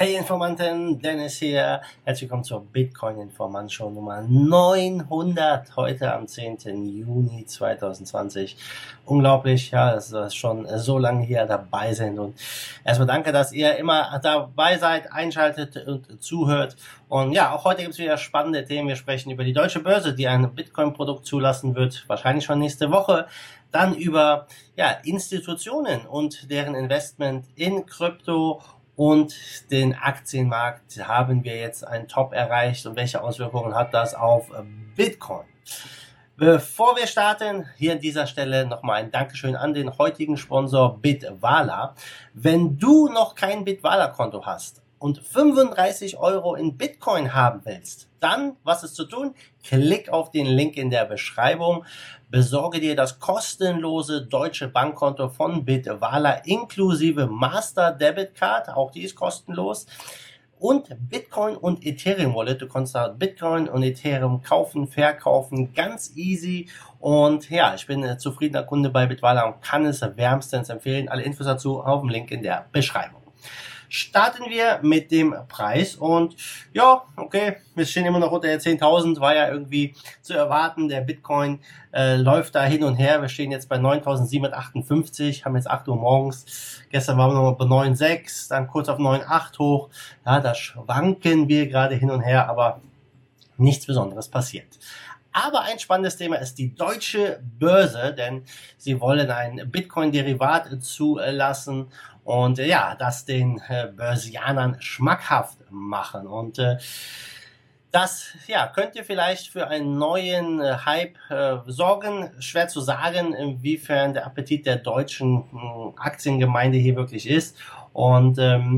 Hey Informanten, Dennis hier. Herzlich willkommen zur Bitcoin Informant Show Nummer 900, heute am 10. Juni 2020. Unglaublich, ja, dass wir schon so lange hier dabei sind. Und erstmal danke, dass ihr immer dabei seid, einschaltet und zuhört. Und ja, auch heute gibt es wieder spannende Themen. Wir sprechen über die Deutsche Börse, die ein Bitcoin-Produkt zulassen wird, wahrscheinlich schon nächste Woche. Dann über Institutionen und deren Investment in Krypto und den Aktienmarkt. Haben wir jetzt einen Top erreicht und welche Auswirkungen hat das auf Bitcoin? Bevor wir starten, hier an dieser Stelle nochmal ein Dankeschön an den heutigen Sponsor Bitwala. Wenn du noch kein Bitwala-Konto hast und 35 € in Bitcoin haben willst, dann, was ist zu tun? Klick auf den Link in der Beschreibung, besorge dir das kostenlose deutsche Bankkonto von Bitwala inklusive Master Debit Card, auch die ist kostenlos, und Bitcoin und Ethereum Wallet. Du kannst da Bitcoin und Ethereum kaufen, verkaufen, ganz easy. Und ja, ich bin zufriedener Kunde bei Bitwala und kann es wärmstens empfehlen. Alle Infos dazu auf dem Link in der Beschreibung. Starten wir mit dem Preis und ja, okay, wir stehen immer noch unter der 10.000, war ja irgendwie zu erwarten, der Bitcoin läuft da hin und her, wir stehen jetzt bei 9.758, haben jetzt 8 Uhr morgens, gestern waren wir noch bei 9.6, dann kurz auf 9.8 hoch, ja, da schwanken wir gerade hin und her, aber nichts Besonderes passiert. Aber ein spannendes Thema ist die Deutsche Börse, denn sie wollen ein Bitcoin-Derivat zulassen und ja, das den Börsianern schmackhaft machen. Und das könnte vielleicht für einen neuen Hype sorgen. Schwer zu sagen, inwiefern der Appetit der deutschen Aktiengemeinde hier wirklich ist. Und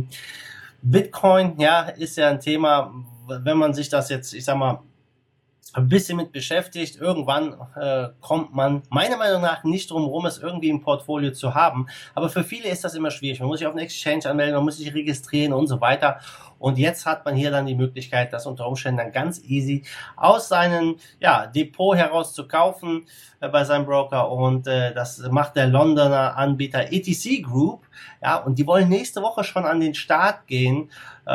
Bitcoin, ist ja ein Thema, wenn man sich das jetzt, ich sag mal, ein bisschen mit beschäftigt. Irgendwann kommt man meiner Meinung nach nicht drum herum, es irgendwie im Portfolio zu haben. Aber für viele ist das immer schwierig. Man muss sich auf eine Exchange anmelden, man muss sich registrieren und so weiter. Und jetzt hat man hier dann die Möglichkeit, das unter Umständen dann ganz easy aus seinem Depot heraus zu kaufen bei seinem Broker. Und das macht der Londoner Anbieter ETC Group. Ja, und die wollen nächste Woche schon an den Start gehen.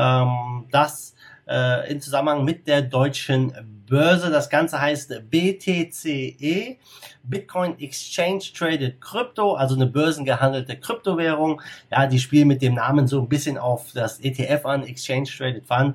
Das in Zusammenhang mit der Deutschen Börse. Das Ganze heißt BTCE, Bitcoin Exchange Traded Crypto, also eine börsengehandelte Kryptowährung. Ja, die spielen mit dem Namen so ein bisschen auf das ETF an, Exchange Traded Fund,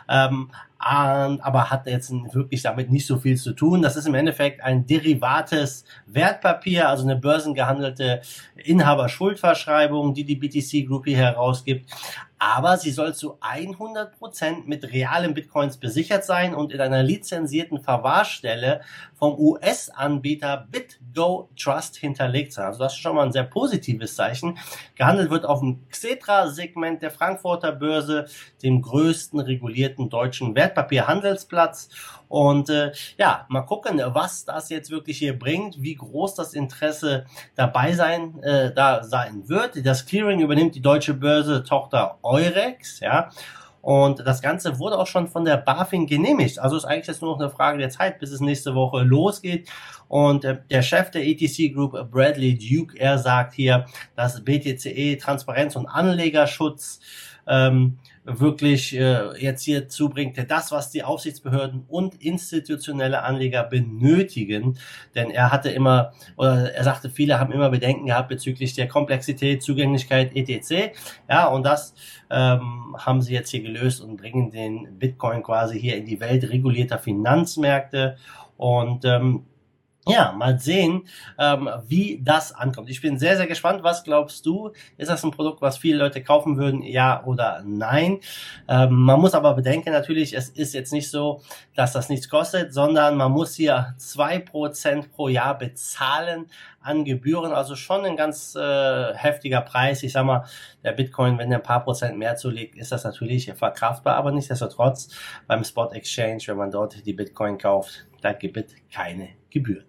aber hat jetzt wirklich damit nicht so viel zu tun. Das ist im Endeffekt ein derivates Wertpapier, also eine börsengehandelte Inhaberschuldverschreibung, die BTC Group hier herausgibt. Aber sie soll zu 100% mit realen Bitcoins besichert sein und in einer lizenzierten Verwahrstelle vom US-Anbieter BitGo Trust hinterlegt sein. Also das ist schon mal ein sehr positives Zeichen. Gehandelt wird auf dem Xetra-Segment der Frankfurter Börse, dem größten regulierten deutschen Wertpapierhandelsplatz. Und mal gucken, was das jetzt wirklich hier bringt, wie groß das Interesse dabei sein wird. Das Clearing übernimmt die Deutsche Börse Tochter Eurex, ja. Und das Ganze wurde auch schon von der BaFin genehmigt. Also ist eigentlich jetzt nur noch eine Frage der Zeit, bis es nächste Woche losgeht. Und der Chef der ETC Group, Bradley Duke, er sagt hier, dass BTCE Transparenz und Anlegerschutz wirklich jetzt hier zubringt, das, was die Aufsichtsbehörden und institutionelle Anleger benötigen. Denn er sagte, viele haben immer Bedenken gehabt bezüglich der Komplexität, Zugänglichkeit, etc. Ja, und das haben sie jetzt hier gelöst und bringen den Bitcoin quasi hier in die Welt regulierter Finanzmärkte. Und mal sehen, wie das ankommt. Ich bin sehr, sehr gespannt. Was glaubst du? Ist das ein Produkt, was viele Leute kaufen würden? Ja oder nein? Man muss aber bedenken natürlich, es ist jetzt nicht so, dass das nichts kostet, sondern man muss hier 2% pro Jahr bezahlen an Gebühren. Also schon ein ganz heftiger Preis. Ich sag mal, der Bitcoin, wenn er ein paar Prozent mehr zulegt, ist das natürlich verkraftbar, aber nichtsdestotrotz beim Spot Exchange, wenn man dort die Bitcoin kauft, da gibt es keine Gebühren.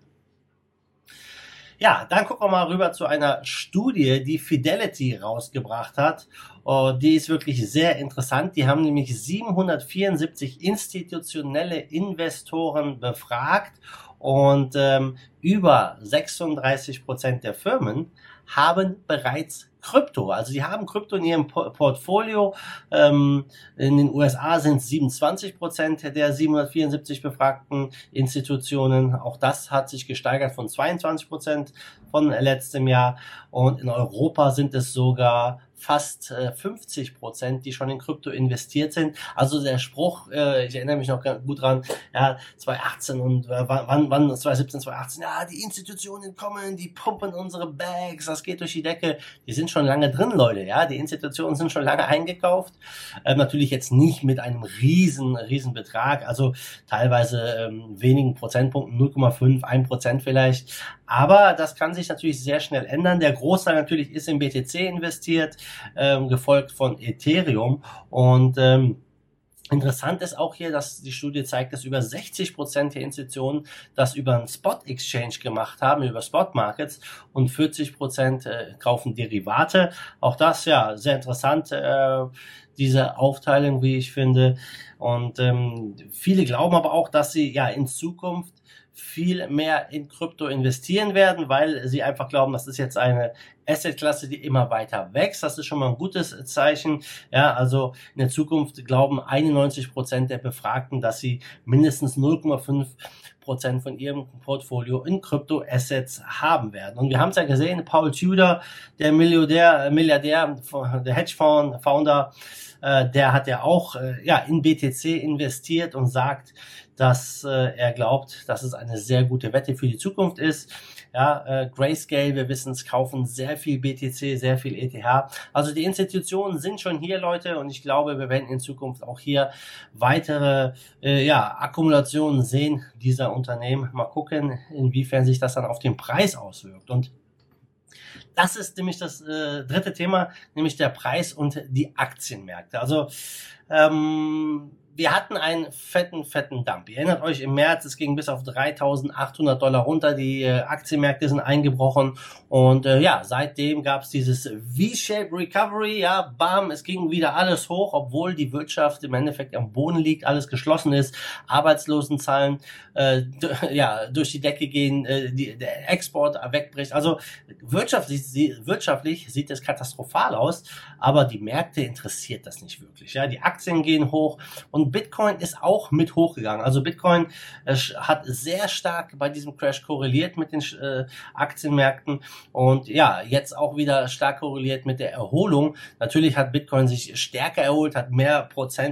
Ja, dann gucken wir mal rüber zu einer Studie, die Fidelity rausgebracht hat. Die ist wirklich sehr interessant. Die haben nämlich 774 institutionelle Investoren befragt und über 36% der Firmen haben bereits Krypto. Also die haben Krypto in ihrem Portfolio. In den USA sind es 27% der 774 befragten Institutionen. Auch das hat sich gesteigert von 22% von letztem Jahr. Und in Europa sind es sogar fast 50%, die schon in Krypto investiert sind. Also der Spruch, ich erinnere mich noch gut dran, ja, 2018 und wann 2017, 2018, ja, die Institutionen kommen, die pumpen unsere Bags, das geht durch die Decke. Die sind schon lange drin, Leute, ja, die Institutionen sind schon lange eingekauft. Natürlich jetzt nicht mit einem riesen Betrag, also teilweise wenigen Prozentpunkten, 0,5, 1% vielleicht. Aber das kann sich natürlich sehr schnell ändern. Der Großteil natürlich ist in BTC investiert, gefolgt von Ethereum. Und interessant ist auch hier, dass die Studie zeigt, dass über 60% der Institutionen das über einen Spot-Exchange gemacht haben, über Spot-Markets, und 40% kaufen Derivate. Auch das, ja, sehr interessant, diese Aufteilung, wie ich finde. Und viele glauben aber auch, dass sie ja in Zukunft viel mehr in Krypto investieren werden, weil sie einfach glauben, das ist jetzt eine Assetklasse, die immer weiter wächst. Das ist schon mal ein gutes Zeichen. Ja, also in der Zukunft glauben 91% der Befragten, dass sie mindestens 0,5% von ihrem Portfolio in Krypto-Assets haben werden. Und wir haben es ja gesehen, Paul Tudor, der Milliardär, der Hedgefonds-Founder, der hat ja auch in BTC investiert und sagt, dass er glaubt, dass es eine sehr gute Wette für die Zukunft ist. Ja, Grayscale, wir wissen es, kaufen sehr viel BTC, sehr viel ETH. Also die Institutionen sind schon hier, Leute, und ich glaube, wir werden in Zukunft auch hier weitere Akkumulationen sehen dieser Unternehmen. Mal gucken, inwiefern sich das dann auf den Preis auswirkt. Und das ist nämlich das dritte Thema, nämlich der Preis und die Aktienmärkte. Also wir hatten einen fetten Dump. Ihr erinnert euch, im März, es ging bis auf $3.800 runter, die Aktienmärkte sind eingebrochen und seitdem gab es dieses V-Shape Recovery, ja, bam, es ging wieder alles hoch, obwohl die Wirtschaft im Endeffekt am Boden liegt, alles geschlossen ist, Arbeitslosenzahlen durch die Decke gehen, der Export wegbricht. Also wirtschaftlich sieht es katastrophal aus, aber die Märkte interessiert das nicht wirklich. Ja, die Aktien gehen hoch und Bitcoin ist auch mit hochgegangen. Also Bitcoin hat sehr stark bei diesem Crash korreliert mit den Aktienmärkten und ja, jetzt auch wieder stark korreliert mit der Erholung. Natürlich hat Bitcoin sich stärker erholt, hat mehr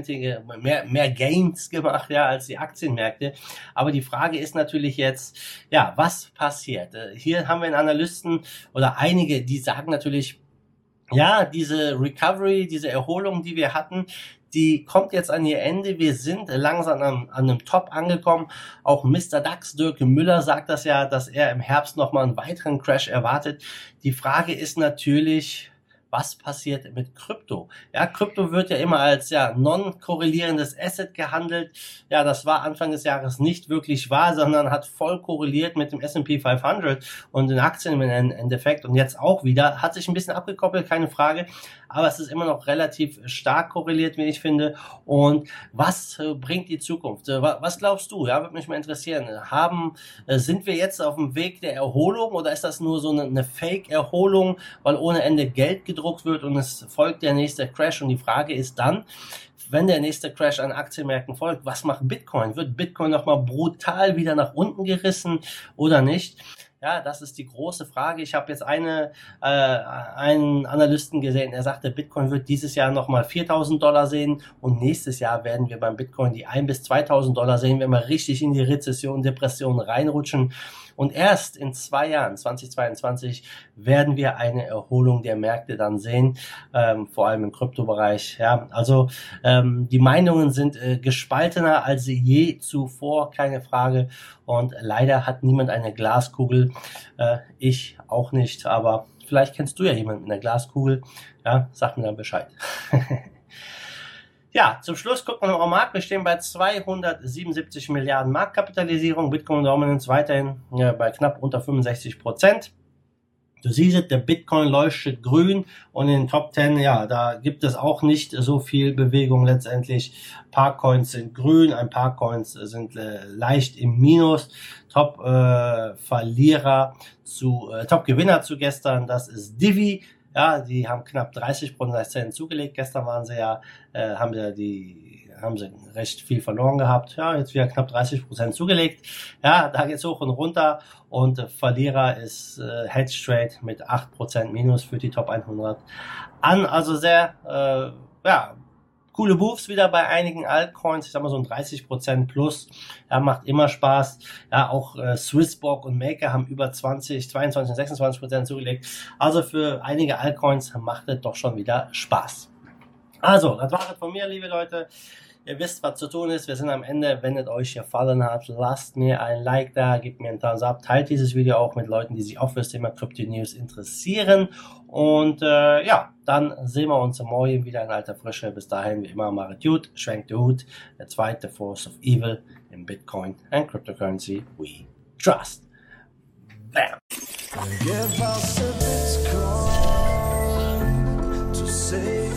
Gains gemacht, ja, als die Aktienmärkte. Aber die Frage ist natürlich jetzt, ja, was passiert? Hier haben wir einen Analysten oder einige, die sagen natürlich, ja, diese Recovery, diese Erholung, die wir hatten, die kommt jetzt an ihr Ende. Wir sind langsam an einem Top angekommen. Auch Mr. DAX, Dirk Müller, sagt das ja, dass er im Herbst nochmal einen weiteren Crash erwartet. Die Frage ist natürlich, was passiert mit Krypto? Ja, Krypto wird ja immer als non-korrelierendes Asset gehandelt. Ja, das war Anfang des Jahres nicht wirklich wahr, sondern hat voll korreliert mit dem S&P 500 und den Aktien im Endeffekt und jetzt auch wieder. Hat sich ein bisschen abgekoppelt, keine Frage, aber es ist immer noch relativ stark korreliert, wie ich finde. Und was bringt die Zukunft? Was glaubst du? Ja, würde mich mal interessieren. Sind wir jetzt auf dem Weg der Erholung oder ist das nur so eine Fake-Erholung, weil ohne Ende Geld gedruckt wird und es folgt der nächste Crash? Und die Frage ist dann, wenn der nächste Crash an Aktienmärkten folgt, was macht Bitcoin? Wird Bitcoin nochmal brutal wieder nach unten gerissen oder nicht? Ja, das ist die große Frage. Ich habe jetzt einen Analysten gesehen, er sagte, Bitcoin wird dieses Jahr nochmal $4.000 sehen und nächstes Jahr werden wir beim Bitcoin die $1.000 bis $2.000 sehen, wenn wir richtig in die Depression reinrutschen. Und erst in 2 Jahren, 2022, werden wir eine Erholung der Märkte dann sehen, vor allem im Kryptobereich. Ja, also die Meinungen sind gespaltener als je zuvor, keine Frage. Und leider hat niemand eine Glaskugel. Ich auch nicht, aber vielleicht kennst du ja jemanden mit einer Glaskugel. Ja, sag mir dann Bescheid. Ja, zum Schluss gucken wir noch am Markt. Wir stehen bei 277 Milliarden Marktkapitalisierung. Bitcoin Dominance weiterhin bei knapp unter 65%. Du siehst, der Bitcoin leuchtet grün und in den Top 10, ja, da gibt es auch nicht so viel Bewegung letztendlich. Ein paar Coins sind grün, ein paar Coins sind leicht im Minus. Top-Verlierer Top-Gewinner zu gestern, das ist Divi. Ja, die haben knapp 30% zugelegt. Gestern waren sie ja, haben sie recht viel verloren gehabt. Ja, jetzt wieder knapp 30% zugelegt. Ja, da geht's hoch und runter. Und Verlierer ist Hedge Trade mit 8% Minus für die Top 100 an. Also sehr, coole Moves wieder bei einigen Altcoins. Ich sag mal so ein 30% plus. Ja, macht immer Spaß. Ja, auch Swissborg und Maker haben über 22, 26% zugelegt. Also für einige Altcoins macht es doch schon wieder Spaß. Also, das war es von mir, liebe Leute. Ihr wisst, was zu tun ist. Wir sind am Ende. Wenn es euch gefallen hat, lasst mir ein Like da, gebt mir einen Thumbs up, teilt dieses Video auch mit Leuten, die sich auch für das Thema Crypto News interessieren. Und dann sehen wir uns morgen wieder in alter Frische. Bis dahin, wie immer, macht gut, schwenkt den Hut. Der zweite Force of Evil in Bitcoin and Cryptocurrency we trust. Bam! Give us a Bitcoin to save